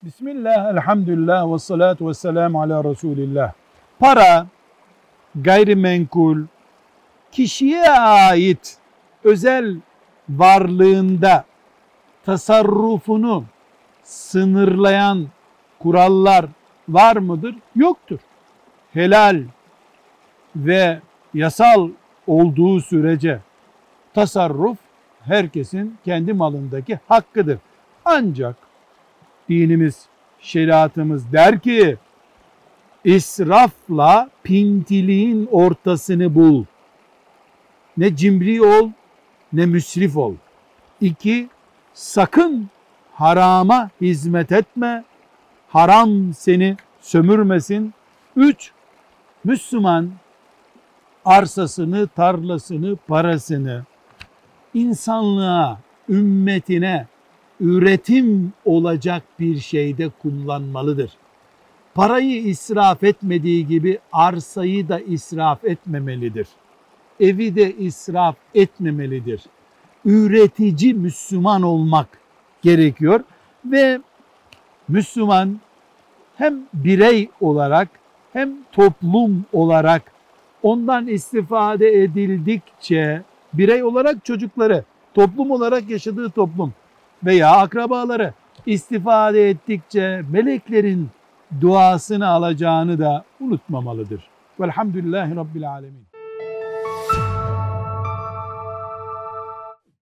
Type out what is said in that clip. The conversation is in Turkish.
Bismillah, elhamdülillah ve salatu ve selamu ala Resulillah. Para, gayrimenkul, kişiye ait özel varlığında tasarrufunu sınırlayan kurallar var mıdır? Yoktur. Helal ve yasal olduğu sürece tasarruf herkesin kendi malındaki hakkıdır. Ancak dinimiz, şeriatımız der ki israfla pintiliğin ortasını bul. Ne cimri ol ne müsrif ol. 2. Sakın harama hizmet etme. Haram seni sömürmesin. 3. Müslüman arsasını, tarlasını, parasını insanlığa, ümmetine üretim olacak bir şeyde kullanmalıdır. Parayı israf etmediği gibi arsayı da israf etmemelidir. Evi de israf etmemelidir. Üretici Müslüman olmak gerekiyor ve Müslüman hem birey olarak hem toplum olarak ondan istifade edildikçe birey olarak çocukları, toplum olarak yaşadığı toplum veya akrabaları istifade ettikçe meleklerin duasını alacağını da unutmamalıdır. Velhamdülillahi Rabbil Alemin.